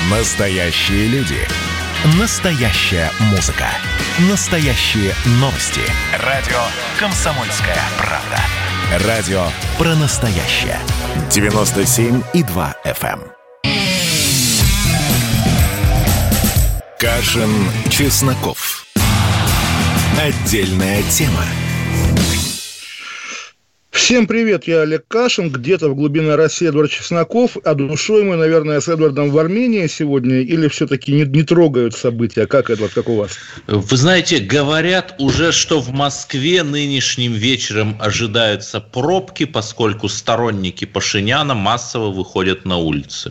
Настоящие люди. Настоящая музыка. Настоящие новости. Радио «Комсомольская правда». Радио про настоящее. 97,2 FM. Кашин, Чесноков. Отдельная тема. Всем привет, я Олег Кашин, где-то в глубине России Эдвард Чесноков, а душой мы, наверное, с Эдвардом в Армении сегодня, или все-таки не трогают события? Как, Эдвард, как у вас? Вы знаете, говорят уже, что в Москве нынешним вечером ожидаются пробки, поскольку сторонники Пашиняна массово выходят на улицы.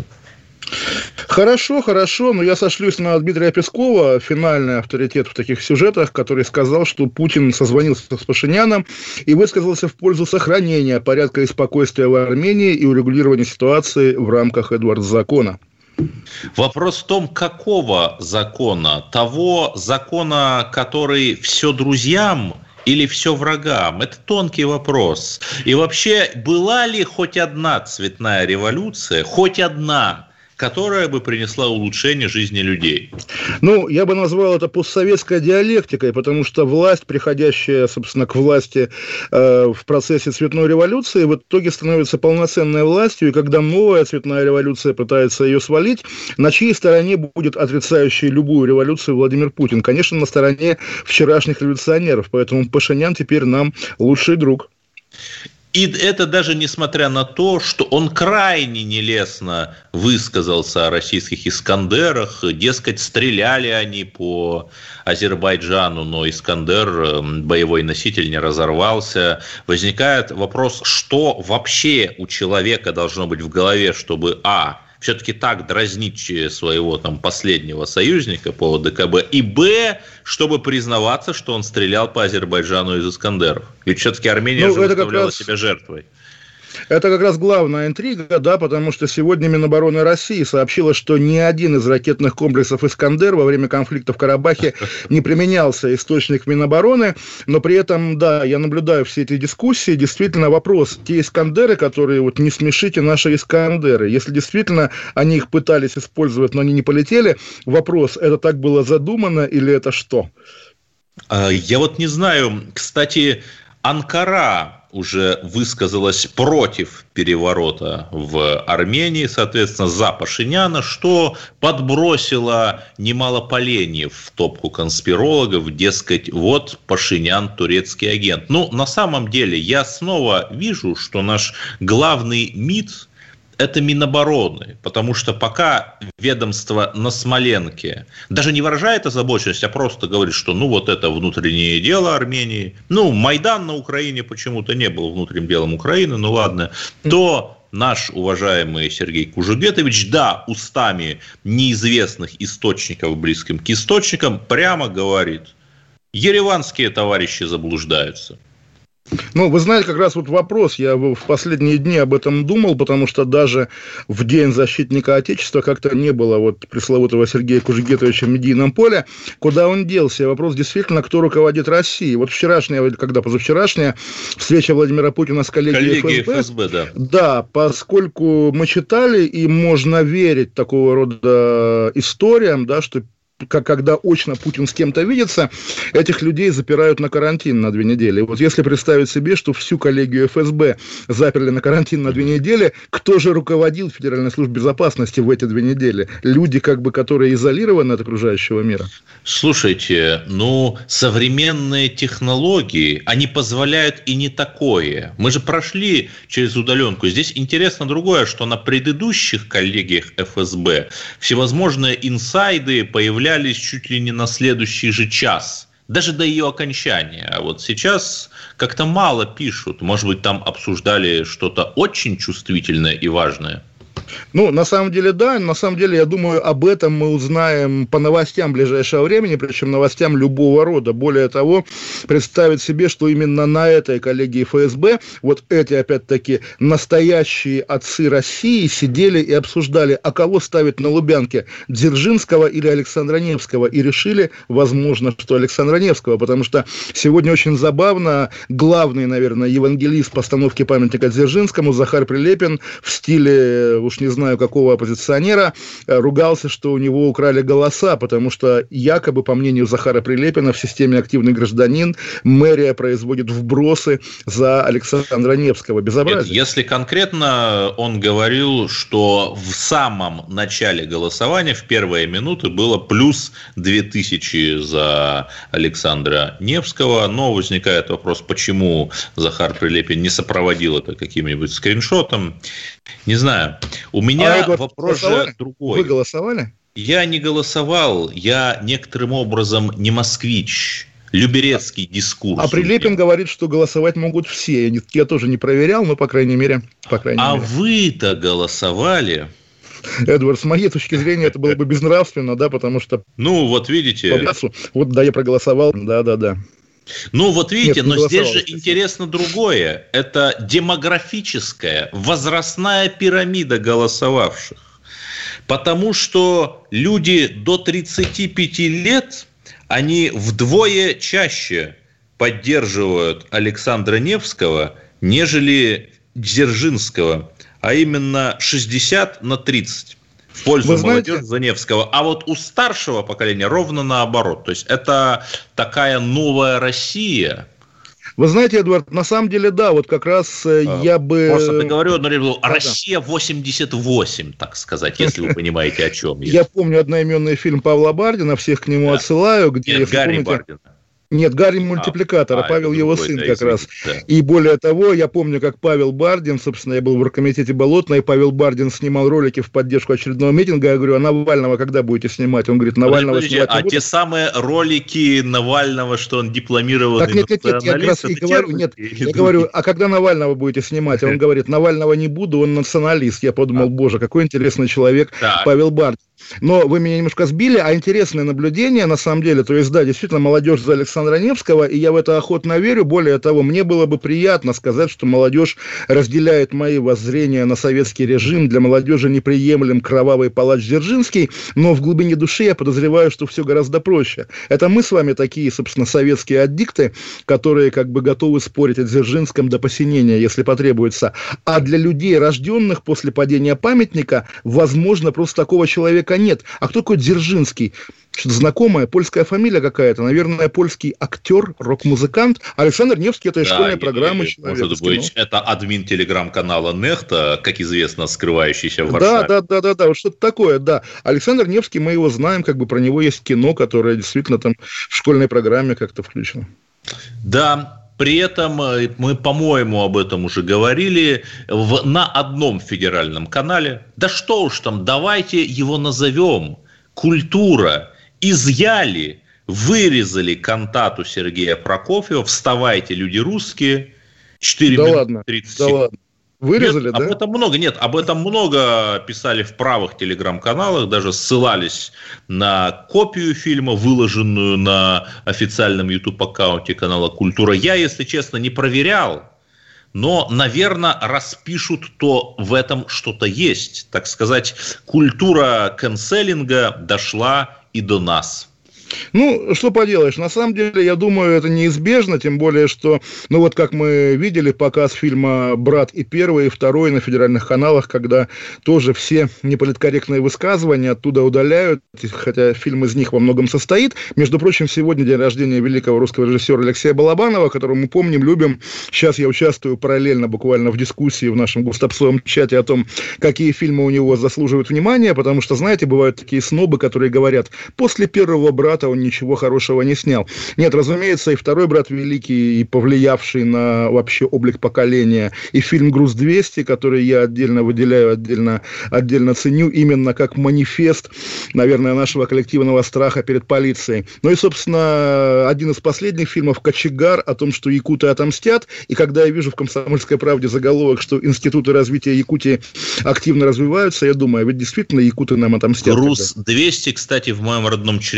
Хорошо, но я сошлюсь на Дмитрия Пескова, финальный авторитет в таких сюжетах, который сказал, что Путин созвонился с Пашиняном и высказался в пользу сохранения порядка и спокойствия в Армении и урегулирования ситуации в рамках, Эдвард, закона. Вопрос в том, какого закона? Того закона, который все друзьям или все врагам? Это тонкий вопрос. И вообще, была ли хоть одна цветная революция, хоть одна, которая бы принесла улучшение жизни людей? Ну, я бы назвал это постсоветской диалектикой, потому что власть, приходящая, собственно, к власти в процессе цветной революции, в итоге становится полноценной властью, и когда новая цветная революция пытается ее свалить, на чьей стороне будет отрицающий любую революцию Владимир Путин? Конечно, на стороне вчерашних революционеров, поэтому Пашинян теперь нам лучший друг. И это даже несмотря на то, что он крайне нелестно высказался о российских «Искандерах». Дескать, стреляли они по Азербайджану, но «Искандер», боевой носитель, не разорвался. Возникает вопрос, что вообще у человека должно быть в голове, чтобы все-таки так дразнить своего там последнего союзника по ДКБ, и чтобы признаваться, что он стрелял по Азербайджану из «Искандеров». Ведь все-таки Армения же выставляла себя жертвой. Это как раз главная интрига, да, потому что сегодня Минобороны России сообщила, что ни один из ракетных комплексов «Искандер» во время конфликта в Карабахе не применялся. Источник Минобороны, но при этом, да, я наблюдаю все эти дискуссии, действительно вопрос, те «Искандеры», которые, вот не смешите наши «Искандеры», если действительно они их пытались использовать, но они не полетели, вопрос, это так было задумано или это что? Я вот не знаю, кстати, Анкара уже высказалась против переворота в Армении, соответственно, за Пашиняна, что подбросило немало поленьев в топку конспирологов, дескать, вот Пашинян турецкий агент. Ну, на самом деле, я снова вижу, что наш главный МИД – это Минобороны, потому что пока ведомство на Смоленке даже не выражает озабоченность, а просто говорит, что ну вот это внутреннее дело Армении, ну Майдан на Украине почему-то не был внутренним делом Украины, ну ладно, то наш уважаемый Сергей Кужугетович, да, устами неизвестных источников, близким к источникам, прямо говорит, ереванские товарищи заблуждаются. Ну, вы знаете, как раз вот вопрос, я в последние дни об этом думал, потому что даже в День защитника Отечества как-то не было вот пресловутого Сергея Кужугетовича в медийном поле, куда он делся. Вопрос действительно, кто руководит Россией. Вот вчерашняя, когда позавчерашняя встреча Владимира Путина с коллегией ФСБ, да. Да, поскольку мы читали, и можно верить такого рода историям, да, что когда очно Путин с кем-то видится, этих людей запирают на карантин на 2 недели. И вот если представить себе, что всю коллегию ФСБ заперли на карантин на 2 недели, кто же руководил Федеральной службой безопасности в эти 2 недели? Люди, которые изолированы от окружающего мира. Слушайте, современные технологии, они позволяют и не такое. Мы же прошли через удаленку. Здесь интересно другое, что на предыдущих коллегиях ФСБ всевозможные инсайды появлялись чуть ли не на следующий же час, даже до ее окончания. А вот сейчас как-то мало пишут. Может быть, там обсуждали что-то очень чувствительное и важное. На самом деле, да. На самом деле, я думаю, об этом мы узнаем по новостям ближайшего времени, причем новостям любого рода. Более того, представить себе, что именно на этой коллегии ФСБ вот эти, опять-таки, настоящие отцы России сидели и обсуждали, а кого ставить на Лубянке, Дзержинского или Александра Невского, и решили, возможно, что Александра Невского, потому что сегодня очень забавно, главный, наверное, евангелист постановки памятника Дзержинскому, Захар Прилепин, в стиле, уж уж не знаю какого оппозиционера, ругался, что у него украли голоса, потому что якобы, по мнению Захара Прилепина, в системе «Активный гражданин» мэрия производит вбросы за Александра Невского. Безобразие. Нет, если конкретно, он говорил, что в самом начале голосования, в первые минуты, было плюс 2000 за Александра Невского, но возникает вопрос, почему Захар Прилепин не сопроводил это каким-нибудь скриншотом. Не знаю. У меня вопрос же другой. Вы голосовали? Я не голосовал, я некоторым образом не москвич. Люберецкий дискурс. А Прилепин говорит, что голосовать могут все. Я тоже не проверял, но, по крайней мере. Вы-то голосовали? Эдвард, с моей точки зрения, это было бы безнравственно, да, потому что... Ну, вот видите... Вот, да, я проголосовал, да. Ну, вот видите, но здесь же интересно другое. Это демографическая, возрастная пирамида голосовавших. Потому что люди до 35 лет, они вдвое чаще поддерживают Александра Невского, нежели Дзержинского, а именно 60-30 в пользу молодежи за Невского. А вот у старшего поколения ровно наоборот. То есть это такая новая Россия. Вы знаете, Эдвард, на самом деле, да, вот как раз я бы... Просто договорю одну речь. Россия 88, так сказать, если вы понимаете, о чем я. Я помню одноименный фильм Павла Бардина, всех к нему отсылаю. Где, нет, Гарри Бардина. Нет, Гарри Мультипликатора, Павел его сын как раз. Да. И более того, я помню, как Павел Бардин, собственно, я был в оргкомитете Болотной, и Павел Бардин снимал ролики в поддержку очередного митинга. Я говорю, а Навального когда будете снимать? Он говорит, Навального снимать не буду. Те самые ролики Навального, что он дипломированный националист? Я как раз и говорю, я говорю, а когда Навального будете снимать? Он говорит, Навального не буду, он националист. Я подумал, боже, какой интересный человек Павел Бардин. Но вы меня немножко сбили, а интересное наблюдение, на самом деле, то есть, да, действительно, молодежь за Александра Невского, и я в это охотно верю. Более того, мне было бы приятно сказать, что молодежь разделяет мои воззрения на советский режим. Для молодежи неприемлем кровавый палач Дзержинский, но в глубине души я подозреваю, что все гораздо проще. Это мы с вами такие, собственно, советские аддикты, которые как бы готовы спорить о Дзержинском до посинения, если потребуется. А для людей, рожденных после падения памятника, возможно, просто такого человека нет. А кто такой Дзержинский? Что-то знакомая, польская фамилия какая-то, наверное, польский актер, рок-музыкант. Александр Невский – это из школьной программы. Может быть, это админ телеграм-канала Нехта, как известно, скрывающийся в Варшаве. Да, вот что-то такое, да. Александр Невский, мы его знаем, как бы про него есть кино, которое действительно там в школьной программе как-то включено. Да. При этом мы, по-моему, об этом уже говорили на одном федеральном канале. Да что уж там, давайте его назовем. Культура. Изъяли, вырезали кантату Сергея Прокофьева. Вставайте, люди русские. 4 минуты 30 секунд. Да ладно. Вырезали, да? Об этом много писали в правых телеграм-каналах, даже ссылались на копию фильма, выложенную на официальном YouTube-аккаунте канала «Культура». Я, если честно, не проверял, но, наверное, распишут, то в этом что-то есть. Так сказать, культура канцелинга дошла и до нас. Ну, что поделаешь, на самом деле, я думаю, это неизбежно, тем более, что, ну вот как мы видели показ фильма «Брат» и первый, и второй на федеральных каналах, когда тоже все неполиткорректные высказывания оттуда удаляют, хотя фильм из них во многом состоит. Между прочим, сегодня день рождения великого русского режиссера Алексея Балабанова, которого мы помним, любим. Сейчас я участвую параллельно буквально в дискуссии в нашем густопсовом чате о том, какие фильмы у него заслуживают внимания, потому что, знаете, бывают такие снобы, которые говорят, после первого «Брата» он ничего хорошего не снял. Нет, разумеется, и второй «Брат» великий, и повлиявший на вообще облик поколения, и фильм «Груз-200», который я отдельно выделяю, отдельно ценю, именно как манифест, наверное, нашего коллективного страха перед полицией. Ну и, собственно, один из последних фильмов «Кочегар» о том, что якуты отомстят, и когда я вижу в «Комсомольской правде» заголовок, что институты развития Якутии активно развиваются, я думаю, ведь действительно якуты нам отомстят. «Груз-200», кстати, в моем родном Череповце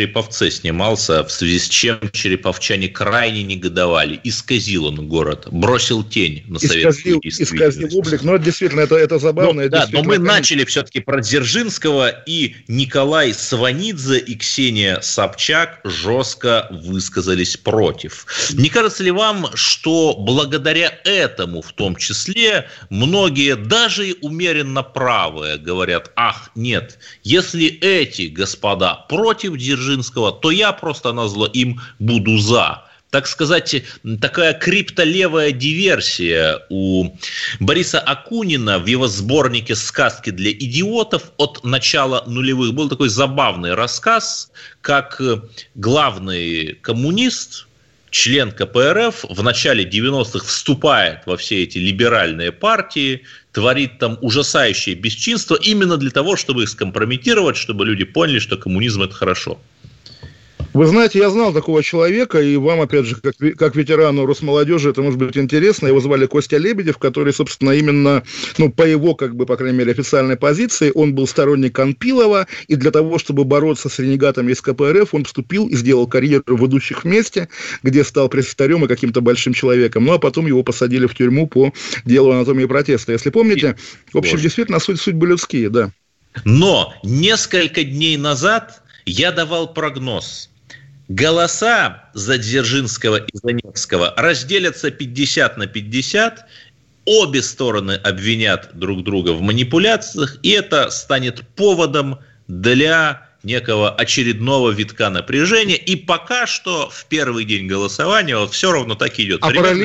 телевизоре снимался, в связи с чем череповчане крайне негодовали. Исказил он город, бросил тень на советскую действительность. Исказил облик, но действительно, это забавно. Да, но мы начали все-таки про Дзержинского, и Николай Сванидзе и Ксения Собчак жестко высказались против. Не кажется ли вам, что благодаря этому в том числе многие, даже и умеренно правые, говорят: ах, нет, если эти господа против Дзержинского, то я просто назло им буду за. Так сказать, такая криптолевая диверсия у Бориса Акунина в его сборнике «Сказки для идиотов» от начала нулевых. Был такой забавный рассказ, как главный коммунист, член КПРФ, в начале 90-х вступает во все эти либеральные партии, творит там ужасающее бесчинство именно для того, чтобы их скомпрометировать, чтобы люди поняли, что коммунизм – это хорошо. Вы знаете, я знал такого человека, и вам, опять же, как ветерану Росмолодежи, это может быть интересно. Его звали Костя Лебедев, который, собственно, именно, по его, по крайней мере, официальной позиции, он был сторонник Анпилова, и для того, чтобы бороться с ренегатами из КПРФ, он вступил и сделал карьеру в «Идущих вместе», где стал пресс-секретарем и каким-то большим человеком. Ну, а потом его посадили в тюрьму по делу анатомии протеста. Если помните, в общем, действительно, судьбы людские, да. Но несколько дней назад я давал прогноз. Голоса за Дзержинского и за Невского разделятся 50/50, обе стороны обвинят друг друга в манипуляциях, и это станет поводом для некого очередного витка напряжения. И пока что в первый день голосования все равно так идет.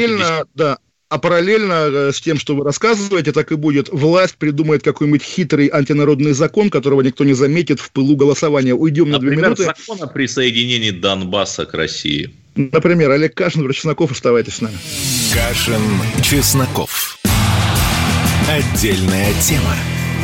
А параллельно с тем, что вы рассказываете, так и будет. Власть придумает какой-нибудь хитрый антинародный закон, которого никто не заметит в пылу голосования. Уйдем на 2 минуты. Например, закон о присоединении Донбасса к России. Например, Олег Кашин, Владимир Чесноков, оставайтесь с нами. Кашин, Чесноков. Отдельная тема.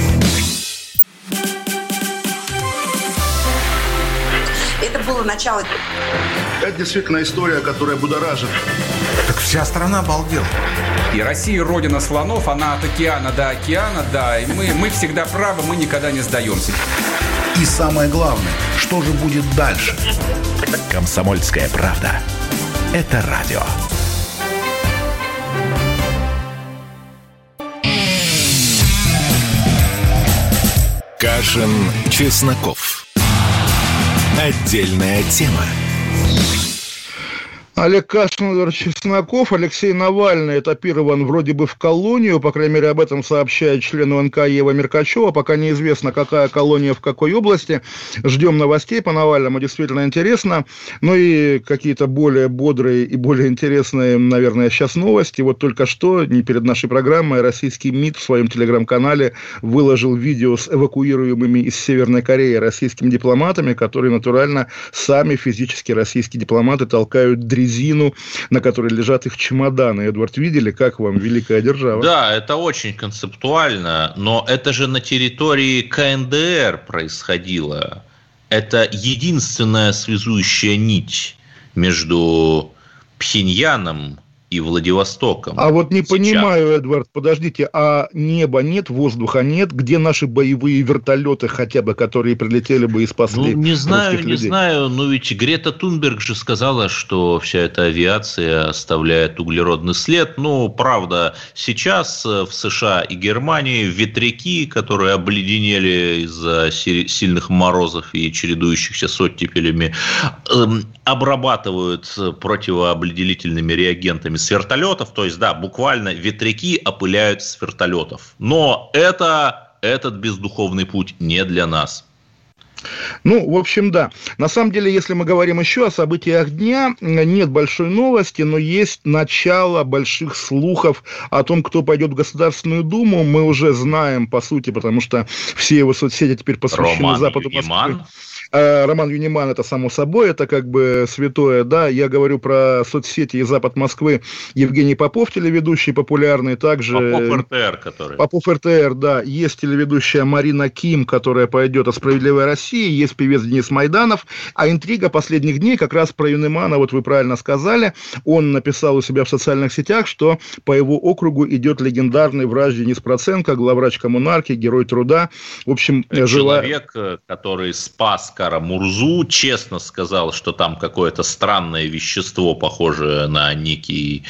Это было начало. Это действительно история, которая будоражит. Так вся страна обалдела. И Россия родина слонов, она от океана до океана, да. И мы всегда правы, мы никогда не сдаемся. И самое главное, что же будет дальше? «Комсомольская правда». Это радио. Кашин, Чесноков. Отдельная тема. Олег Кашин, Владимир Чесноков. Алексей Навальный этапирован вроде бы в колонию, по крайней мере, об этом сообщает член УНК Ева Меркачева. Пока неизвестно, какая колония в какой области. Ждем новостей по Навальному, действительно интересно. Ну и какие-то более бодрые и более интересные, наверное, сейчас новости. Вот только что, не перед нашей программой, российский МИД в своем телеграм-канале выложил видео с эвакуируемыми из Северной Кореи российскими дипломатами, которые натурально сами физически российские дипломаты толкают дрезину, на которой лежат их чемоданы. Эдвард, видели, как вам великая держава? Да, это очень концептуально, но это же на территории КНДР происходило. Это единственная связующая нить между Пхеньяном и Владивостоком. А вот не понимаю, Эдвард, подождите, а неба нет, воздуха нет? Где наши боевые вертолеты хотя бы, которые прилетели бы и спасли не знаю, русских людей? Не знаю, но ведь Грета Тунберг же сказала, что вся эта авиация оставляет углеродный след. Ну, правда, сейчас в США и Германии ветряки, которые обледенели из-за сильных морозов и чередующихся с оттепелями, обрабатывают противообледенительными реагентами с вертолетов, то есть, да, буквально ветряки опыляют с вертолетов. Но этот бездуховный путь не для нас. Ну, в общем, да. На самом деле, если мы говорим еще о событиях дня, нет большой новости, но есть начало больших слухов о том, кто пойдет в Государственную Думу. Мы уже знаем, по сути, потому что все его соцсети теперь посвящены Западу Москвы. Роман Юниман, это само собой, это как бы святое, да, я говорю про соцсети и Запад Москвы. Евгений Попов, телеведущий популярный, также... Попов РТР, который... Попов РТР, да, есть телеведущая Марина Ким, которая пойдет о «Справедливой России», есть певец Денис Майданов. А интрига последних дней как раз про Юнемана, вот вы правильно сказали. Он написал у себя в социальных сетях, что по его округу идет легендарный врач Денис Проценко, главврач коммунарки, герой труда. В общем, человек, который спас Кара-Мурзу, честно сказал, что там какое-то странное вещество, похожее на некий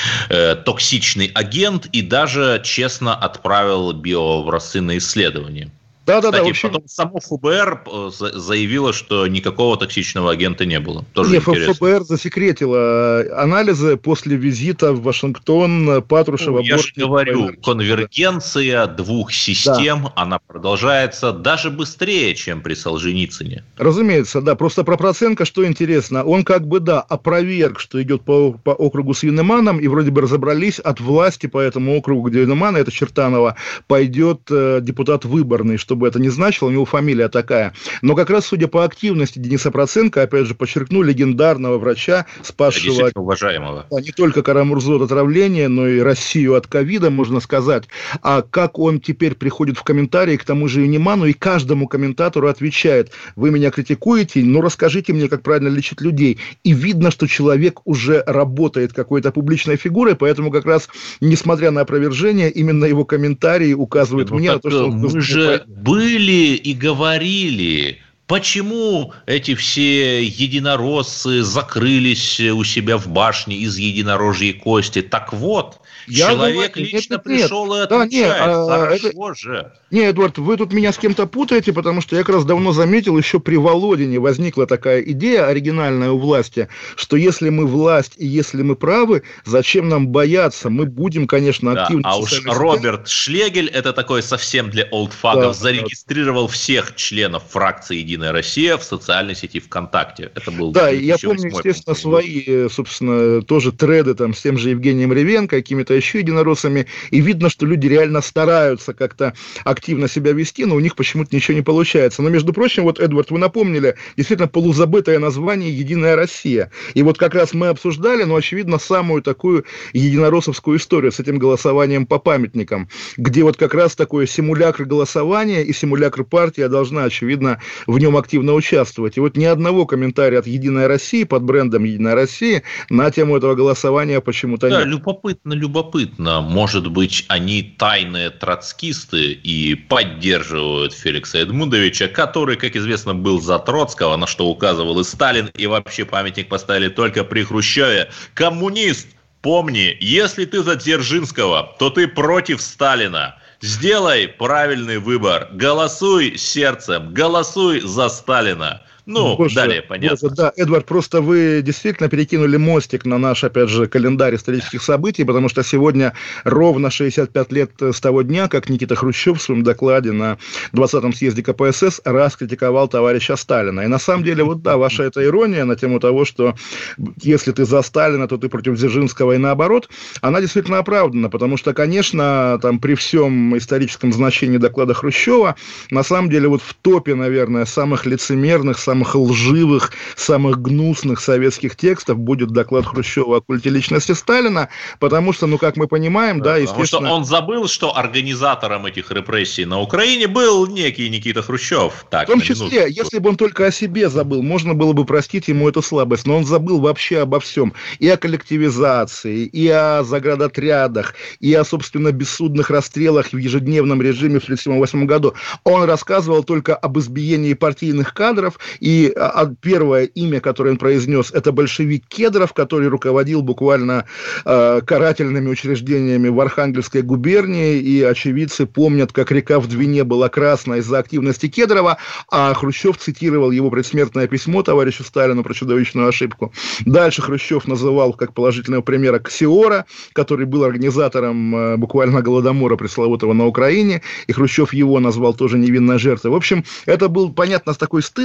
токсичный агент, и даже честно отправил биообразцы на исследование. Кстати, общем... потом само ФБР заявило, что никакого токсичного агента не было. Тоже интересно. ФБР засекретило анализы после визита в Вашингтон Патрушева. Я же говорю, конвергенция двух систем, она продолжается даже быстрее, чем при Солженицыне. Разумеется, да. Просто про Проценко, что интересно, он как бы, опроверг, что идет по округу с Юнеманом, и вроде бы разобрались от власти по этому округу, где Юнемана, это Чертанова, пойдет депутат выборный, чтобы это не значило, у него фамилия такая. Но как раз, судя по активности Дениса Проценко, опять же, подчеркну, легендарного врача, спасшего уважаемого. Не только Кара-Мурзу от отравления, но и Россию от ковида, можно сказать. А как он теперь приходит в комментарии к тому же Юнеману и каждому комментатору отвечает: вы меня критикуете, ну расскажите мне, как правильно лечить людей. И видно, что человек уже работает какой-то публичной фигурой, поэтому как раз, несмотря на опровержение, именно его комментарии указывают мне на то, что он... Мы же были и говорили, почему эти все единороссы закрылись у себя в башне из единорожьей кости. Так вот, человек лично пришел и отвечает. Хорошо же. Не, Эдуард, вы тут меня с кем-то путаете, потому что я как раз давно заметил, еще при Володине возникла такая идея оригинальная у власти, что если мы власть и если мы правы, зачем нам бояться? Мы будем, конечно, активны. А уж Роберт Шлегель, это такой совсем для олдфагов, зарегистрировал всех членов фракции «Единая Россия» в социальной сети ВКонтакте. Это был я помню, естественно, свои, собственно, тоже треды там с тем же Евгением Ревенко, какими-то еще единороссами, и видно, что люди реально стараются как-то активно себя вести, но у них почему-то ничего не получается. Но, между прочим, вот, Эдвард, вы напомнили, действительно полузабытое название «Единая Россия». И вот как раз мы обсуждали, ну, очевидно, самую такую единороссовскую историю с этим голосованием по памятникам, где вот как раз такое симулякр голосования и симулякр партия должна, очевидно, в нем активно участвовать. И вот ни одного комментария от «Единой России» под брендом «Единая Россия» на тему этого голосования почему-то нет. Любопытно. Может быть, они тайные троцкисты и поддерживают Феликса Эдмундовича, который, как известно, был за Троцкого, на что указывал и Сталин, и вообще памятник поставили только при Хрущеве. Коммунист, помни, если ты за Дзержинского, то ты против Сталина. Сделай правильный выбор. Голосуй сердцем, голосуй за Сталина. Далее понятно. Да, Эдвард, просто вы действительно перекинули мостик на наш, опять же, календарь исторических событий, потому что сегодня ровно 65 лет с того дня, как Никита Хрущев в своем докладе на 20-м съезде КПСС раскритиковал товарища Сталина. И на самом деле, ваша эта ирония на тему того, что если ты за Сталина, то ты против Дзержинского и наоборот, она действительно оправдана, потому что, конечно, там при всем историческом значении доклада Хрущева, на самом деле в топе, наверное, самых лицемерных, самых лживых, самых гнусных советских текстов будет доклад Хрущева о культе личности Сталина, потому что, как мы понимаем, естественно... Потому что он забыл, что организатором этих репрессий на Украине был некий Никита Хрущев. Так, в том числе, если бы он только о себе забыл, можно было бы простить ему эту слабость, но он забыл вообще обо всем. И о коллективизации, и о заградотрядах, и о, собственно, бессудных расстрелах в ежедневном режиме в 1938 году. Он рассказывал только об избиении партийных кадров. И первое имя, которое он произнес, это большевик Кедров, который руководил буквально карательными учреждениями в Архангельской губернии, и очевидцы помнят, как река в Двине была красной из-за активности Кедрова, а Хрущев цитировал его предсмертное письмо товарищу Сталину про чудовищную ошибку. Дальше Хрущев называл как положительного примера Ксиора, который был организатором буквально Голодомора пресловутого на Украине, и Хрущев его назвал тоже невинной жертвой. В общем, это был, понятно, такой стыдный доклад,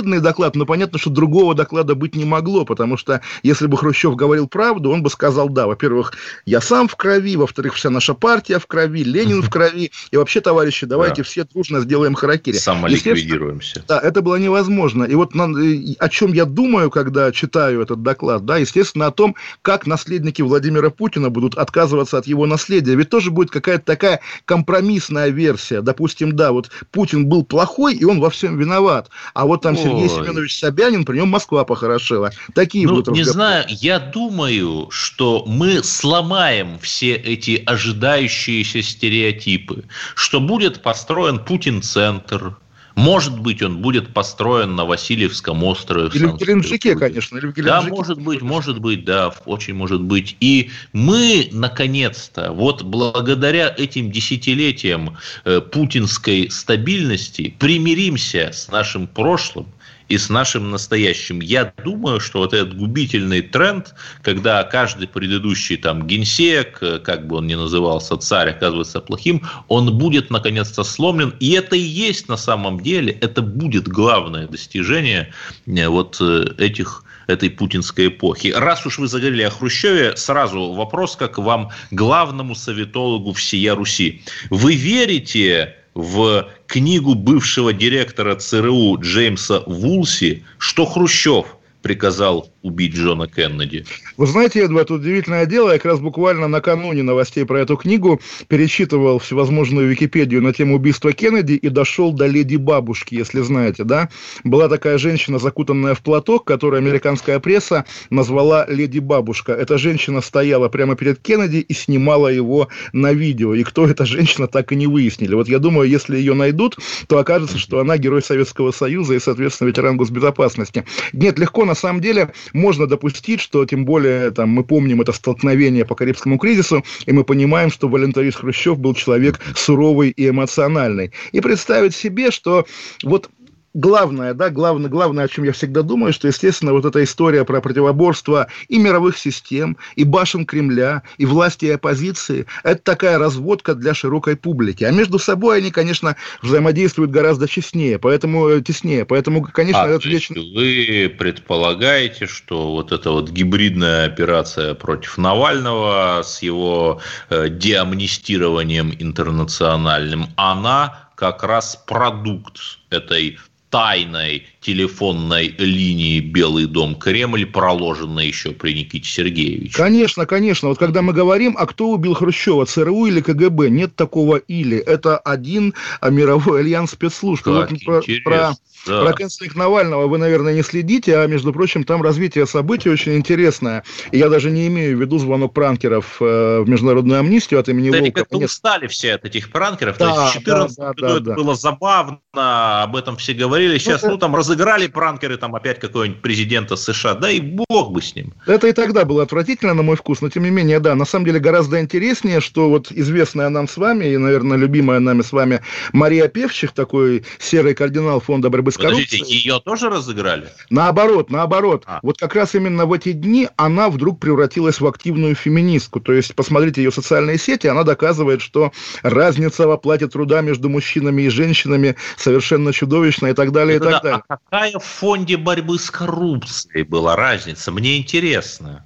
доклад, но понятно, что другого доклада быть не могло, потому что если бы Хрущев говорил правду, он бы сказал, да, во-первых, я сам в крови, во-вторых, вся наша партия в крови, Ленин в крови, и вообще, товарищи, давайте все дружно сделаем харакири. Самоликвидируемся. Да, это было невозможно. И вот о чем я думаю, когда читаю этот доклад, да, естественно, о том, как наследники Владимира Путина будут отказываться от его наследия. Ведь тоже будет какая-то такая компромиссная версия. Допустим, да, вот Путин был плохой, и он во всем виноват. А вот там Сергей Семенович Собянин, при нем Москва похорошела. Такие будут разговоры. Не знаю, я думаю, что мы сломаем все эти ожидающиеся стереотипы, что будет построен Путин-центр. Может быть, он будет построен на Васильевском острове. Или в Геленджике, конечно. Или в Геленджике. Да, может быть, да, очень может быть. И мы, наконец-то, вот благодаря этим десятилетиям путинской стабильности примиримся с нашим прошлым и с нашим настоящим. Я думаю, что вот этот губительный тренд, когда каждый предыдущий там генсек, как бы он ни назывался, царь, оказывается плохим, он будет наконец-то сломлен. И это и есть на самом деле, это будет главное достижение вот этой путинской эпохи. Раз уж вы заговорили о Хрущеве, сразу вопрос как вам, главному советологу всея Руси. Вы верите в книгу бывшего директора ЦРУ Джеймса Вулси, что Хрущев приказал убить Джона Кеннеди? Вы знаете, Эдвард, удивительное дело, я как раз буквально накануне новостей про эту книгу перечитывал всевозможную Википедию на тему убийства Кеннеди и дошел до Леди Бабушки, если знаете, да? Была такая женщина, закутанная в платок, которую американская пресса назвала Леди Бабушка. Эта женщина стояла прямо перед Кеннеди и снимала его на видео. И кто эта женщина, так и не выяснили. Вот я думаю, если ее найдут, то окажется, что она герой Советского Союза и, соответственно, ветеран госбезопасности. Нет, легко, на самом деле, можно допустить, что, тем более, там, мы помним это столкновение по Карибскому кризису, и мы понимаем, что Валерий Анатольевич Хрущев был человек суровый и эмоциональный. И представить себе, что вот главное, о чем я всегда думаю, что, естественно, вот эта история про противоборство и мировых систем, и башен Кремля, и власти, и оппозиции, это такая разводка для широкой публики. А между собой они, конечно, взаимодействуют гораздо теснее, поэтому, конечно, это вечно... Вы предполагаете, что вот эта вот гибридная операция против Навального с его деамнистированием интернациональным, она как раз продукт этой тайной телефонной линии Белый дом Кремль, проложенной еще при Никите Сергеевиче. Конечно. Вот когда мы говорим, а кто убил Хрущева, ЦРУ или КГБ, нет такого или. Это один мировой альянс спецслужб. Так, вот про канцлера Навального вы, наверное, не следите, а, между прочим, там развитие событий очень интересное. И я даже не имею в виду звонок пранкеров в Международную амнистию от имени Волкова. Как-то устали все от этих пранкеров. Да, то есть в 2014 году это было забавно, об этом все говорили. Сейчас, там разыграли пранкеры, там опять какого-нибудь президента США, да и бог бы с ним. Это и тогда было отвратительно, на мой вкус, но тем не менее, да, на самом деле гораздо интереснее, что вот известная нам с вами и, наверное, любимая нами с вами Мария Певчих, такой серый кардинал фонда борьбы с коррупцией. Подождите, ее тоже разыграли? Наоборот. Вот как раз именно в эти дни она вдруг превратилась в активную феминистку, то есть посмотрите ее социальные сети, она доказывает, что разница в оплате труда между мужчинами и женщинами совершенно чудовищная и так далее, и так далее. А какая в фонде борьбы с коррупцией была разница? Мне интересно.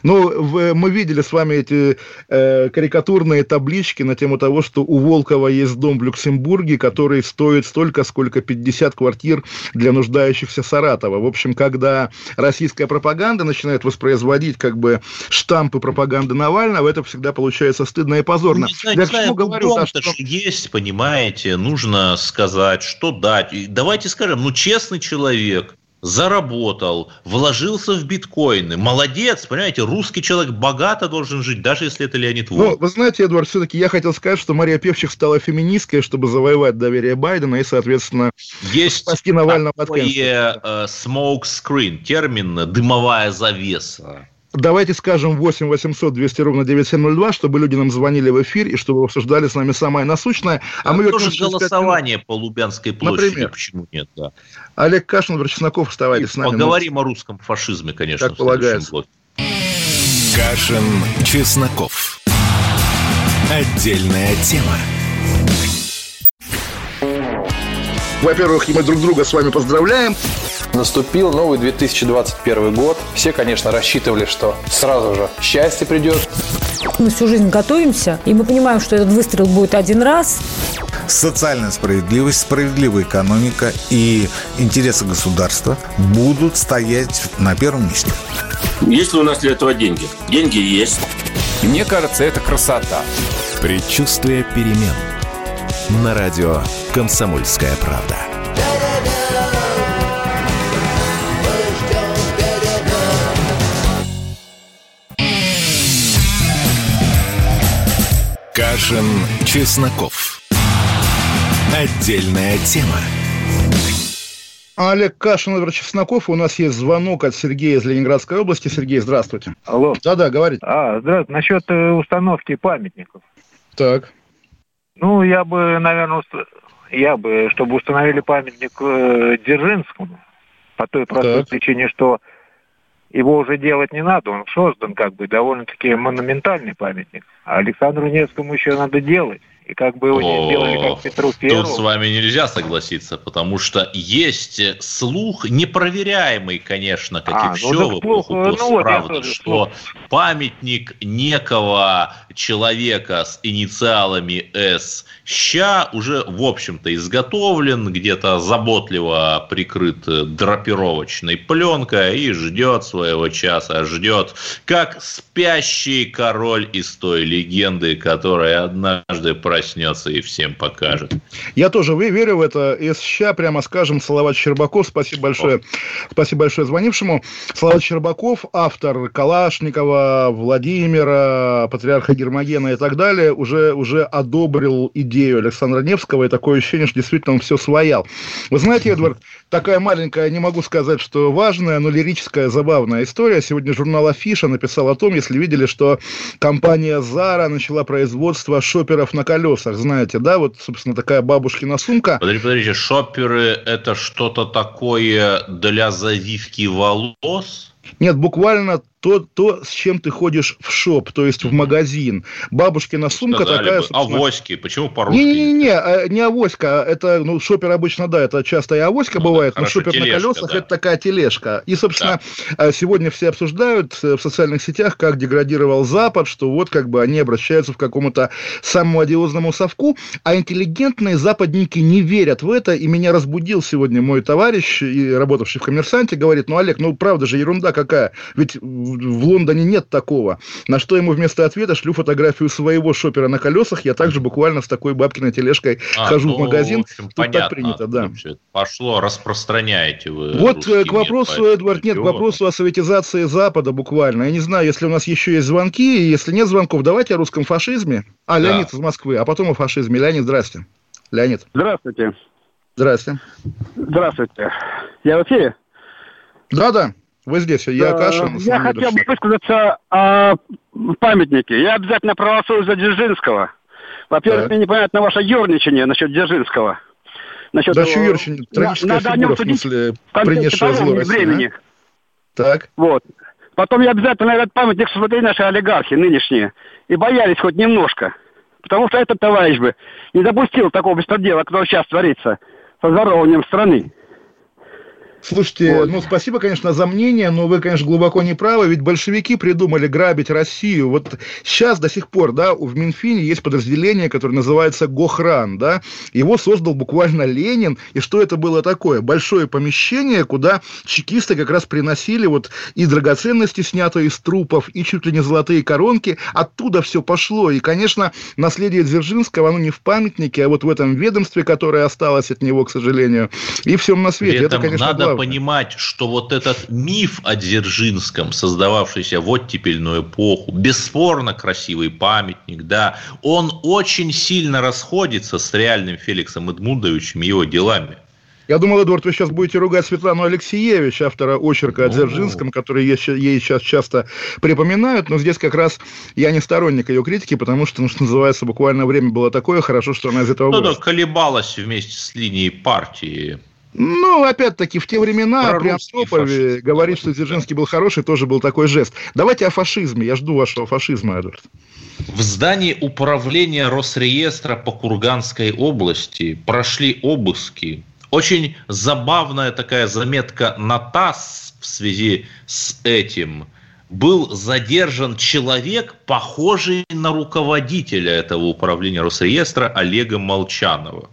Мы видели с вами эти карикатурные таблички на тему того, что у Волкова есть дом в Люксембурге, который стоит столько, сколько 50 квартир для нуждающихся Саратова. В общем, когда российская пропаганда начинает воспроизводить как бы штампы пропаганды Навального, это всегда получается стыдно и позорно. Я к чему говорю, что есть, понимаете, нужно сказать, что дать. Давайте скажем, честный человек заработал, вложился в биткоины. Молодец, понимаете, русский человек богато должен жить, даже если это Леонид Волков. Вы знаете, Эдуард, все-таки я хотел сказать, что Мария Певчих стала феминисткой, чтобы завоевать доверие Байдена и, соответственно, спасти Навального от канцлера. Smoke screen, термин «дымовая завеса». Давайте скажем 8 800 200 ровно 9702, чтобы люди нам звонили в эфир и чтобы обсуждали с нами самое насущное. Мы тоже голосование по Лубянской площади, например. Почему нет? Да. Олег Кашин, Владимир Чесноков, оставайтесь с нами. Поговорим о русском фашизме, конечно, как полагается. Кашин, Чесноков. Отдельная тема. Во-первых, мы друг друга с вами поздравляем. Наступил новый 2021 год. Все, конечно, рассчитывали, что сразу же счастье придет. Мы всю жизнь готовимся, и мы понимаем, что этот выстрел будет один раз. Социальная справедливость, справедливая экономика и интересы государства будут стоять на первом месте. Есть ли у нас для этого деньги? Деньги есть. Мне кажется, это красота. Предчувствие перемен. На радио «Комсомольская правда». Кашин, Чесноков. Отдельная тема. Олег Кашин, Эдвард Чесноков. У нас есть звонок от Сергея из Ленинградской области. Сергей, здравствуйте. Алло. Да-да, говорите. Здравствуйте. Насчет установки памятников. Так. Ну, я бы, наверное, чтобы установили памятник Дзержинскому, по той простой причине, что его уже делать не надо, он создан как бы довольно-таки монументальный памятник. А Александру Невскому еще надо делать. И как бы его не сделали, как Петру Первому. Тут с вами нельзя согласиться, потому что есть слух, непроверяемый, конечно, как и все в эпоху постправды, что памятник некого человека с инициалами С. Ща уже, в общем-то, изготовлен, где-то заботливо прикрыт драпировочной пленкой и ждет своего часа, ждет, как спящий король из той легенды, которая однажды проснется и всем покажет. Я тоже верю в это. И сейчас, прямо скажем, Салават Щербаков, спасибо большое звонившему. Салават Щербаков, автор Калашникова, Владимира, Патриарха Гермогена и так далее, уже одобрил идею Александра Невского, и такое ощущение, что действительно он все своял. Вы знаете, Эдвард, такая маленькая, не могу сказать, что важная, но лирическая, забавная история. Сегодня журнал «Афиша» написал о том, если видели, что компания Zara начала производство шоперов на колесах. Знаете, да? Вот, собственно, такая бабушкина сумка. Подождите, шоперы – это что-то такое для завивки волос? Нет, буквально то, с чем ты ходишь в шоп, то есть в магазин. Бабушкина сумка такая, собственно... Авоськи, почему по-русски? Не авоська, это, шопер обычно, да, это часто и авоська бывает, но шопер тележка, на колесах, да. Это такая тележка. И, собственно, сегодня все обсуждают в социальных сетях, как деградировал Запад, что вот как бы они обращаются в какому-то самому одиозному совку, а интеллигентные западники не верят в это, и меня разбудил сегодня мой товарищ, работавший в «Коммерсанте», говорит, Олег, правда же, ерунда какая, ведь в Лондоне нет такого. На что ему вместо ответа шлю фотографию своего шопера на колесах. Я также буквально с такой бабкиной тележкой хожу в магазин. В общем, тут понятно. Так принято, да. Пошло, распространяете вы. Вот к вопросу, Эдвард, к вопросу о советизации Запада буквально. Я не знаю, если у нас еще есть звонки, и если нет звонков, давайте о русском фашизме. Леонид из Москвы, а потом о фашизме. Леонид, здрасте. Леонид. Здравствуйте. Здрасте. Здравствуйте. Я в эфире? Да. Вы здесь, я Кашин. Я хотел бы высказаться о памятнике. Я обязательно проголосую за Дзержинского. Во-первых, мне непонятно ваше ерничание насчет Дзержинского. Да, что ерничание? Трагическая фигура, в смысле, принесшая зло России. Так. Вот. Потом я обязательно этот памятник смотрели наши олигархи нынешние. И боялись хоть немножко. Потому что этот товарищ бы не допустил такого беспредела, который сейчас творится со здоровьем страны. Слушайте, спасибо, конечно, за мнение, но вы, конечно, глубоко не правы, ведь большевики придумали грабить Россию. Вот сейчас до сих пор, да, в Минфине есть подразделение, которое называется Гохран, да, его создал буквально Ленин, и что это было такое? Большое помещение, куда чекисты как раз приносили вот и драгоценности, снятые из трупов, и чуть ли не золотые коронки, оттуда все пошло, и, конечно, наследие Дзержинского, оно не в памятнике, а вот в этом ведомстве, которое осталось от него, к сожалению, и всем на свете. Это, конечно, надо понимать, что вот этот миф о Дзержинском, создававшийся в оттепельную эпоху, бесспорно красивый памятник, да, он очень сильно расходится с реальным Феликсом Эдмундовичем и его делами. Я думал, Эдуард, вы сейчас будете ругать Светлану Алексеевич, автора очерка о Дзержинском, который ей сейчас часто припоминают, но здесь как раз я не сторонник ее критики, потому что, что называется, буквально время было такое, хорошо, что она из этого выросла. Колебалась вместе с линией партии. Опять-таки, в те времена при Антропове говорить, что Дзержинский был хороший, тоже был такой жест. Давайте о фашизме. Я жду вашего фашизма, Эдуард. В здании управления Росреестра по Курганской области прошли обыски Очень забавная такая заметка на ТАСС в связи с этим. Был задержан человек, похожий на руководителя этого управления Росреестра Олега Молчанова.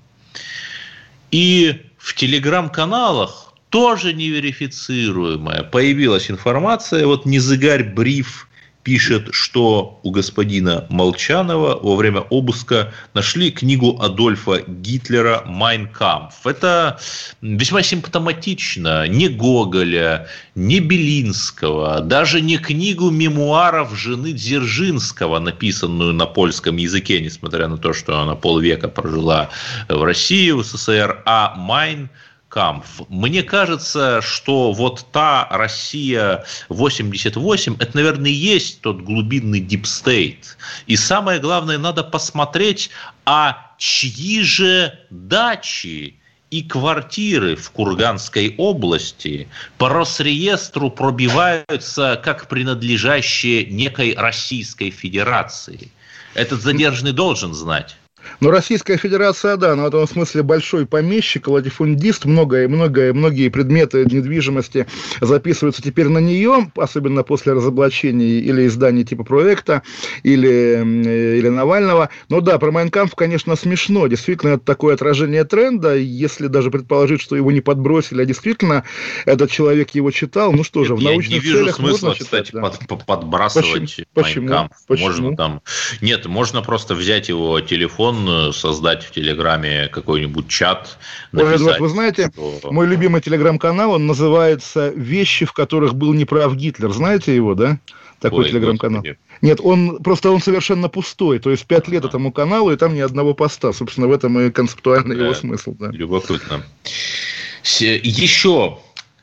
И в телеграм-каналах тоже неверифицируемая появилась информация. Вот Незыгарь Бриф пишет, что у господина Молчанова во время обыска нашли книгу Адольфа Гитлера «Майн кампф». Это весьма симптоматично. Ни Гоголя, ни Белинского, даже не книгу мемуаров жены Дзержинского, написанную на польском языке, несмотря на то, что она полвека прожила в России, в СССР, а «Майн кампф». Мне кажется, что вот та Россия 88, это, наверное, и есть тот глубинный дипстейт. И самое главное, надо посмотреть, а чьи же дачи и квартиры в Курганской области по Росреестру пробиваются как принадлежащие некой Российской Федерации. Этот задержанный должен знать. Но Российская Федерация, да, но в этом смысле большой помещик, латифундист, многие предметы недвижимости записываются теперь на нее, особенно после разоблачений или изданий типа «Проекта», или Навального. Но да, про «Майн кампф», конечно, смешно. Действительно, это такое отражение тренда. Если даже предположить, что его не подбросили, а действительно этот человек его читал, ну что же, в научных целях можно читать. Я не вижу смысла, кстати, подбрасывать «Майн кампф». Можно там... Нет, можно просто взять его телефон, создать в Телеграме какой-нибудь чат, написать. Вы знаете, мой любимый Телеграм-канал, он называется «Вещи, в которых был неправ Гитлер». Знаете его, да? Такой Телеграм-канал. Нет, он совершенно пустой. То есть 5 лет этому каналу, и там ни одного поста. Собственно, в этом и концептуальный его смысл. Да. Любопытно. Еще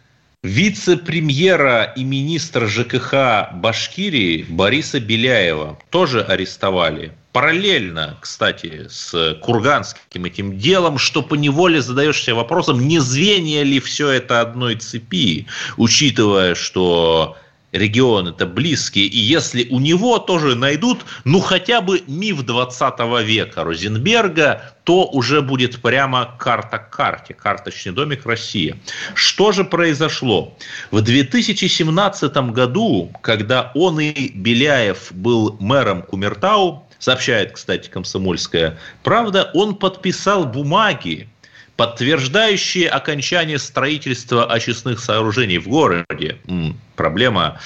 вице-премьера и министра ЖКХ Башкирии Бориса Беляева тоже арестовали. Параллельно, кстати, с курганским этим делом, что поневоле задаешься вопросом, не звенья ли все это одной цепи, учитывая, что регион это близкий, и если у него тоже найдут, ну хотя бы миф 20 века Розенберга, то уже будет прямо карта к карте, карточный домик России. Что же произошло? В 2017 году, когда он и Беляев был мэром Кумертау, сообщает, кстати, «Комсомольская правда», он подписал бумаги, подтверждающие окончание строительства очистных сооружений в городе. Проблема.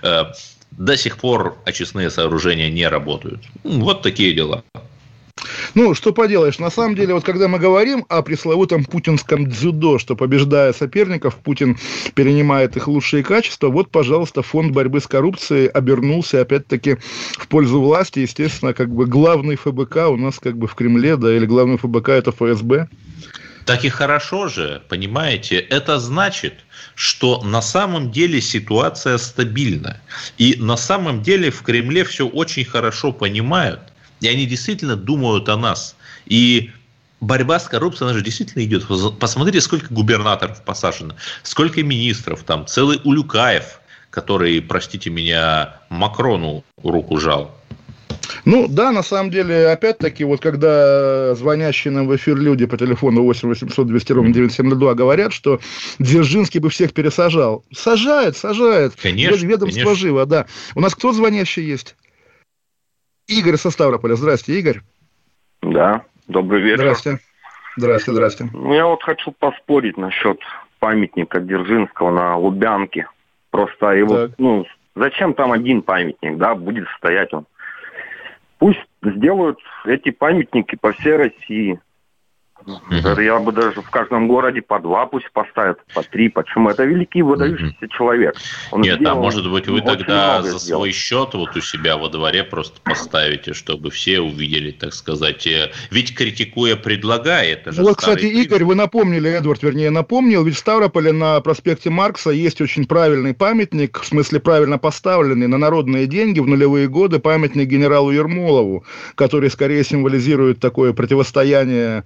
До сих пор очистные сооружения не работают. Вот такие дела. Ну, что поделаешь, на самом деле, вот когда мы говорим о пресловутом путинском дзюдо, что, побеждая соперников, Путин перенимает их лучшие качества, вот, пожалуйста, фонд борьбы с коррупцией обернулся, опять-таки, в пользу власти. Естественно, как бы главный ФБК у нас как бы в Кремле, да, или главный ФБК это ФСБ. Так и хорошо же, понимаете, это значит, что на самом деле ситуация стабильна. И на самом деле в Кремле все очень хорошо понимают. И они действительно думают о нас. И борьба с коррупцией, она же действительно идет. Посмотрите, сколько губернаторов посажено, сколько министров, там целый Улюкаев, который, простите меня, Макрону руку жал. Ну, да, на самом деле, опять-таки, вот когда звонящие нам в эфир люди по телефону 8 800 200 ровно 9702 говорят, что Дзержинский бы всех пересажал. Сажает. Конечно. Ведомство живо, да. У нас кто звонящий есть? Игорь со Ставрополя. Здрасте, Игорь. Да, добрый вечер. Здрасте. Ну, я вот хочу поспорить насчет памятника Дзержинского на Лубянке. Просто его, зачем там один памятник, да, будет стоять он. Пусть сделают эти памятники по всей России. Я бы даже в каждом городе по 2 пусть поставят, по 3. Почему? Это великий выдающийся человек. Нет, а может быть вы тогда за свой счет вот у себя во дворе просто поставите, чтобы все увидели, так сказать. Ведь критикуя, предлагая, это же вот, кстати, Игорь, вы напомнили, Эдвард, вернее, напомнил, ведь в Ставрополе на проспекте Маркса есть очень правильный памятник, в смысле правильно поставленный на народные деньги в нулевые годы, памятник генералу Ермолову, который скорее символизирует такое противостояние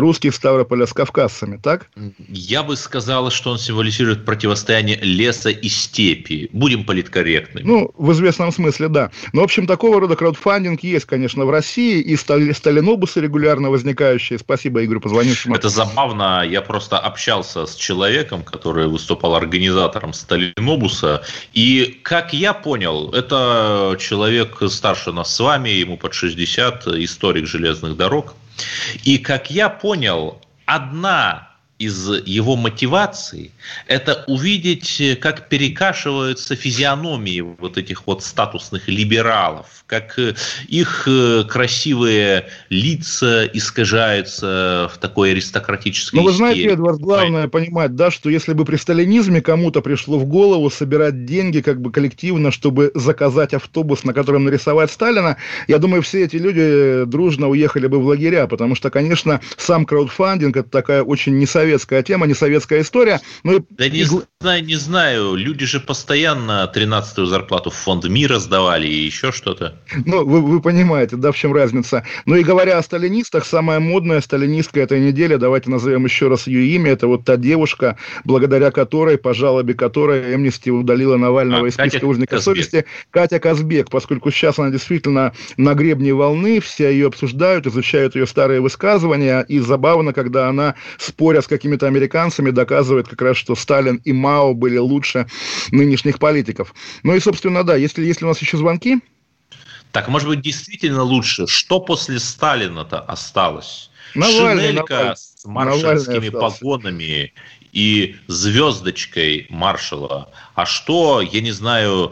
русских Ставрополя с кавказцами, так? Я бы сказал, что он символизирует противостояние леса и степи. Будем политкорректными. Ну, в известном смысле, да. Но, в общем, такого рода краудфандинг есть, конечно, в России, и сталинобусы регулярно возникающие. Спасибо, Игорь, позвонившему. Это забавно. Я просто общался с человеком, который выступал организатором сталинобуса, и, как я понял, это человек старше нас с вами, ему под 60, историк железных дорог. И, как я понял, одна из его мотиваций – это увидеть, как перекашиваются физиономии вот этих вот статусных либералов, как их красивые лица искажаются в такой аристократической истерике. Ну, вы знаете, Эдвард, главное понимать, да, что если бы при сталинизме кому-то пришло в голову собирать деньги как бы коллективно, чтобы заказать автобус, на котором нарисовать Сталина, я думаю, все эти люди дружно уехали бы в лагеря, потому что, конечно, сам краудфандинг – это такая очень несоветская тема, несоветская история. Но да не знаю, люди же постоянно 13-ю зарплату в фонд мира сдавали и еще что-то. Ну, вы понимаете, да, в чем разница. Ну и говоря о сталинистах, самая модная сталинистка этой недели, давайте назовем еще раз ее имя, это вот та девушка, благодаря которой, по жалобе которой Amnesty удалила Навального из списка узников совести, Катя Казбек, поскольку сейчас она действительно на гребне волны, все ее обсуждают, изучают ее старые высказывания, и забавно, когда она, споря с какими-то американцами, доказывает как раз, что Сталин и Мао были лучше нынешних политиков. Ну и, собственно, да, если у нас еще звонки... Так, может быть, действительно лучше? Что после Сталина-то осталось? Навальный, Шинелька с маршальскими погонами и звездочкой маршала. А что, я не знаю,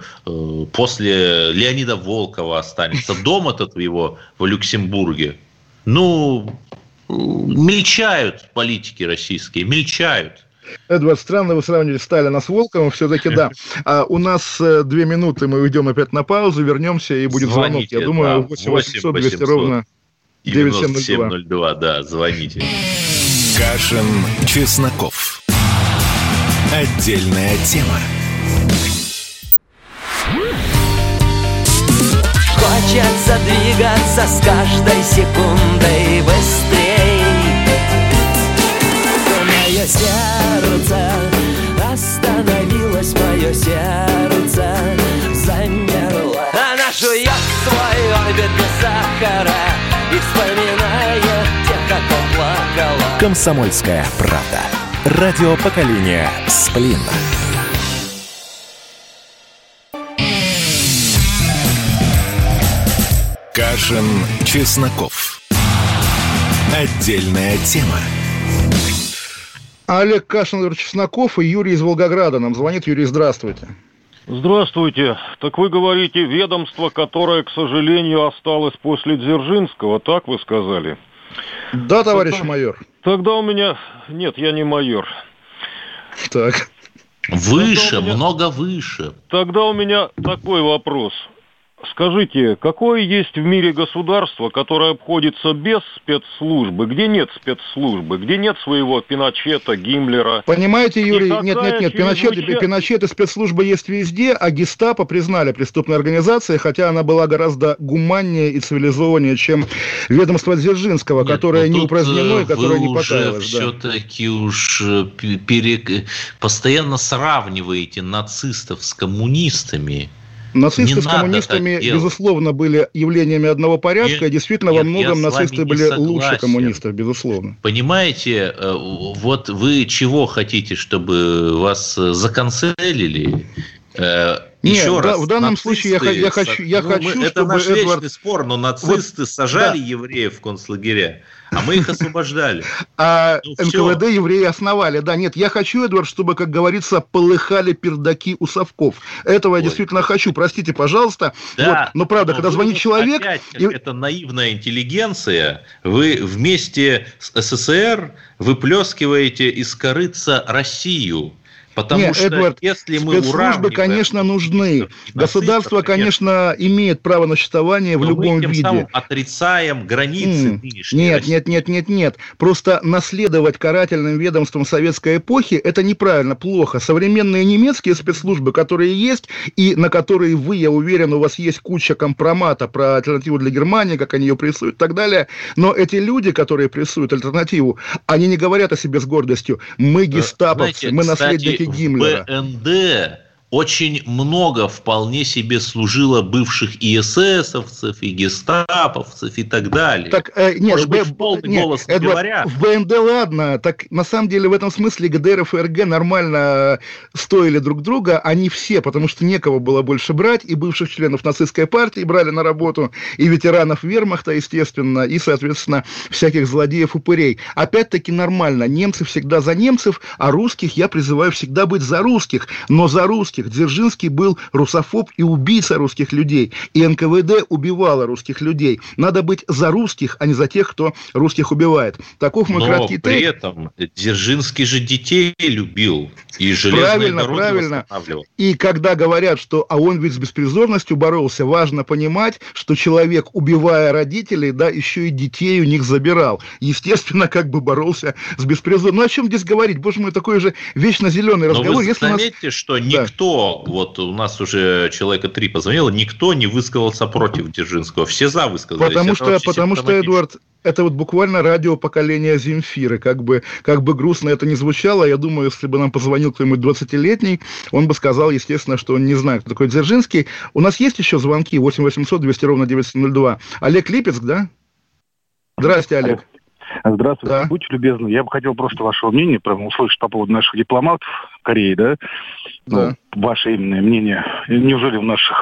после Леонида Волкова останется? Дом этот его в Люксембурге? Ну, мельчают политики российские, мельчают. Эдвард, странно вы сравнили Сталина с Волковым, все-таки да. А у нас 2 минуты, мы уйдем опять на паузу, вернемся, и будет звонок. Я думаю, 8 200 ровно 9702, да, звоните. Кашин, Чесноков. Отдельная тема. Хочется двигаться с каждой секундой быстрей. Мое сердце остановилось, мое сердце замерло. Она жует свой орбит без сахара и вспоминает тех, как плакала. Комсомольская правда. Радио поколения Сплин. Кашин, Чесноков. Отдельная тема. Олег Кашин, Чесноков и Юрий из Волгограда нам звонит. Юрий, здравствуйте. Здравствуйте. Так вы говорите, ведомство, которое, к сожалению, осталось после Дзержинского, так вы сказали? Да, товарищ майор. Тогда у меня... Нет, я не майор. Так. Выше, много выше. Тогда у меня такой вопрос. Скажите, какое есть в мире государство, которое обходится без спецслужбы, где нет спецслужбы, где нет своего Пиночета, Гиммлера? Понимаете, Юрий, нет, Пиночет и спецслужбы есть везде, а гестапо признали преступной организацией, хотя она была гораздо гуманнее и цивилизованнее, чем ведомство Дзержинского, которое не упразднено и которое не покаялось. Все-таки уж постоянно сравниваете нацистов с коммунистами. Нацисты с коммунистами, безусловно, были явлениями одного порядка, и действительно во многом нацисты были лучше коммунистов, безусловно. Понимаете, вот вы чего хотите, чтобы вас законцелили? Еще раз, в данном случае я хочу, это чтобы наш вечный спор, но нацисты сажали евреев в концлагеря, а мы их освобождали. А НКВД евреи основали. Да, нет, я хочу, Эдвард, чтобы, как говорится, полыхали пердаки у совков. Этого я действительно хочу. Простите, пожалуйста. Да, но правда, когда звонит человек... Опять, это наивная интеллигенция. Вы вместе с СССР выплескиваете из корытца Россию. Потому что Эдвард, если мы спецслужбы, конечно, нужны. Государство, конечно, имеет право на существование в любом виде. Мы тем самым отрицаем границы нынешней Нет. Просто наследовать карательным ведомством советской эпохи – это неправильно, плохо. Современные немецкие спецслужбы, которые есть, и на которые вы, я уверен, у вас есть куча компромата про альтернативу для Германии, как они ее прессуют и так далее. Но эти люди, которые прессуют альтернативу, они не говорят о себе с гордостью. Мы гестаповцы, мы наследники Гиммлера. БНД очень много вполне себе служило бывших и эсэсовцев, и гестаповцев, и так далее. Так, нет, Эдвард, в БНД ладно, так на самом деле в этом смысле ГДР и ФРГ нормально стоили друг друга, они все, потому что некого было больше брать, и бывших членов нацистской партии брали на работу, и ветеранов вермахта, естественно, и, соответственно, всяких злодеев-упырей. Опять-таки нормально, немцы всегда за немцев, а русских я призываю всегда быть за русских, но за русских. Дзержинский был русофоб и убийца русских людей. И НКВД убивало русских людей. Надо быть за русских, а не за тех, кто русских убивает. Таков мой краткий тейк. Но при этом Дзержинский же детей любил. И железные дороги восстанавливал. И когда говорят, что он ведь с беспризорностью боролся, важно понимать, что человек, убивая родителей, да, еще и детей у них забирал. Естественно, как бы боролся с беспризорностью. Ну, о чем здесь говорить? Боже мой, такой же вечно зеленый разговор. Но вы заметьте, что никто, вот у нас уже человека 3 позвонило, никто не высказался против Дзержинского. Все за высказались. Потому что, Эдуард, это вот буквально радио поколения Земфиры. Как бы грустно это ни звучало, я думаю, если бы нам позвонил кто-нибудь 20-летний, он бы сказал, естественно, что он не знает, кто такой Дзержинский. У нас есть еще звонки 8 800 200 ровно 902. Олег Липецк, да? Здрасте, Олег. Здравствуйте, да. Будьте любезны. Я бы хотел просто вашего мнения услышать по поводу наших дипломатов в Корее, да? Да. Ваше именно мнение. Неужели в наших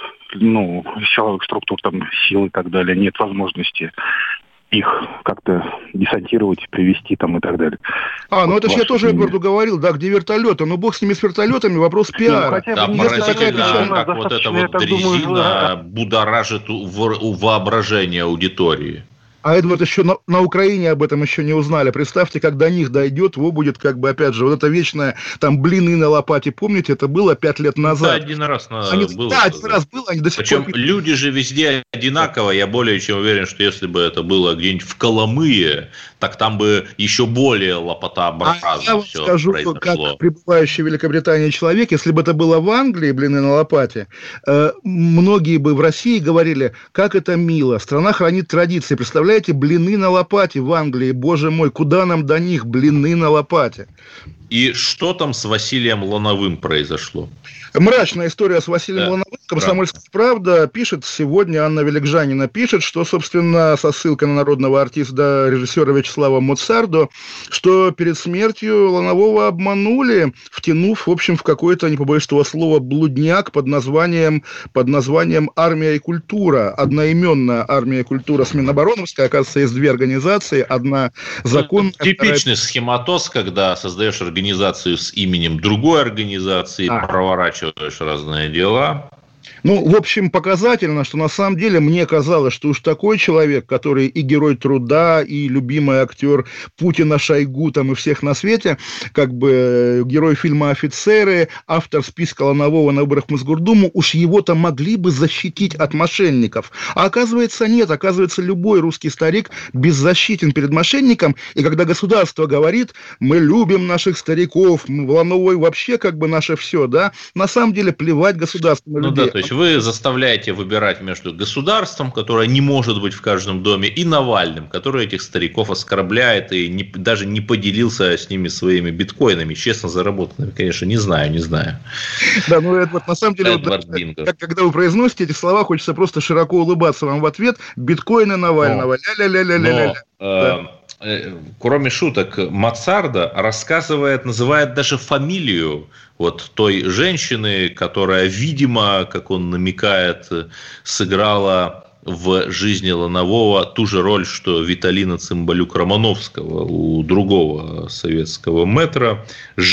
силовых структур, там, сил и так далее нет возможности их как-то десантировать, привести там и так далее? Это же я тоже Эдварду говорил, да, где вертолеты. Но бог с ними, с вертолетами, вопрос пиара. Да, поразительно, как вот эта вот дрезина будоражит воображение аудитории. А Эдвард, еще на Украине об этом еще не узнали. Представьте, как до них дойдет, будет как бы, опять же, вот это вечное, там, блины на лопате, помните, это было 5 лет назад. Да, один раз было. Да, один раз было, они до сих пор... Причем люди же везде одинаково, я более чем уверен, что если бы это было где-нибудь в Коломые, так там бы еще более лопатообразно я вам все скажу, произошло. Как пребывающий в Великобритании человек, если бы это было в Англии, блины на лопате, многие бы в России говорили, как это мило, страна хранит традиции, представляете, блины на лопате в Англии, боже мой, куда нам до них, блины на лопате? И что там с Василием Лановым произошло? Мрачная история с Василием Лановым. «Комсомольская правда» пишет сегодня, Анна Великжанина пишет, что, собственно, со ссылкой на народного артиста режиссера Вячеслава Моцардо, что перед смертью Ланового обманули, втянув, в общем, в какой-то, не побоюсь этого слова, блудняк под названием «Армия и культура». Одноименная «Армия и культура» с Минобороновской, оказывается, есть две организации, одна законная. Типичный схематоз, когда создаешь организацию с именем другой организации, проворачиваешь разные дела. В общем, показательно, что на самом деле мне казалось, что уж такой человек, который и герой труда, и любимый актер Путина, Шойгу, там и всех на свете, как бы герой фильма «Офицеры», автор списка Ланового на выборах в Мосгордуму, уж его-то могли бы защитить от мошенников. А оказывается, нет. Оказывается, любой русский старик беззащитен перед мошенником. И когда государство говорит, мы любим наших стариков, Лановой вообще как бы наше все, да, на самом деле плевать государству на людей. Да, то есть вы заставляете выбирать между государством, которое не может быть в каждом доме, и Навальным, который этих стариков оскорбляет и даже не поделился с ними своими биткоинами, честно заработанными. Конечно, не знаю. Да, Эдвард, на самом деле, когда вы произносите эти слова, хочется просто широко улыбаться вам в ответ. Биткоины Навального. Ля-ля-ля-ля-ля-ля. Кроме шуток, Моцардо называет даже фамилию вот той женщины, которая, видимо, как он намекает, сыграла в жизни Ланового ту же роль, что Виталина Цымбалюк-Романовского у другого советского мэтра,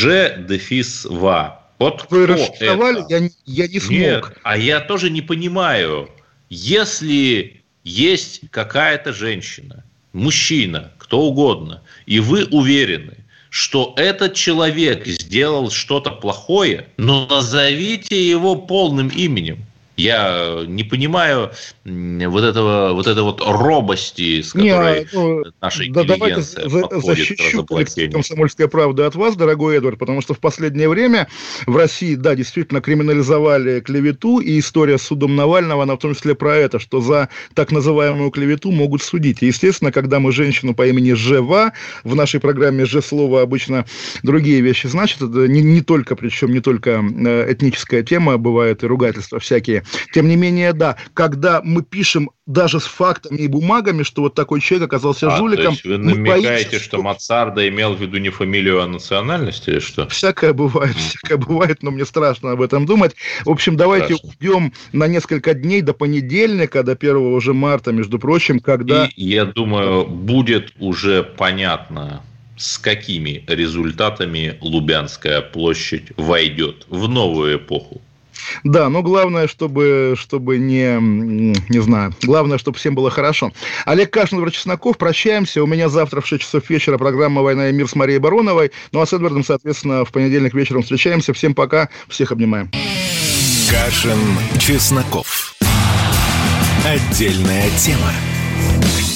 Ж-Ва. Вот вы расшифровали? Я не смог. Нет, а я тоже не понимаю. Если есть какая-то женщина, мужчина, кто угодно, и вы уверены, что этот человек сделал что-то плохое, но назовите его полным именем. Я не понимаю вот этой робости, с которой наша интеллигенция подходит к разоблачению. «Комсомольская правда» от вас, дорогой Эдвард, потому что в последнее время в России, да, действительно криминализовали клевету, и история с судом Навального, она в том числе про это, что за так называемую клевету могут судить. И, естественно, когда мы женщину по имени Жева, в нашей программе «Же-слово» обычно другие вещи значат, это не только этническая тема, бывает и ругательства всякие. Тем не менее, да, когда мы пишем даже с фактами и бумагами, что вот такой человек оказался жуликом... То есть вы намекаете, что Мацарда имел в виду не фамилию, а национальность или что? Всякое бывает, но мне страшно об этом думать. В общем, давайте уйдем на несколько дней до понедельника, до 1 уже марта, между прочим, когда... И, я думаю, будет уже понятно, с какими результатами Лубянская площадь войдет в новую эпоху. Да, но главное, чтобы не знаю, главное, чтобы всем было хорошо. Олег Кашин, Эдвард Чесноков, прощаемся. У меня завтра в 6 часов вечера программа «Война и мир» с Марией Бароновой. Ну а с Эдвардом, соответственно, в понедельник вечером встречаемся. Всем пока, всех обнимаем. Кашин, Чесноков. Отдельная тема.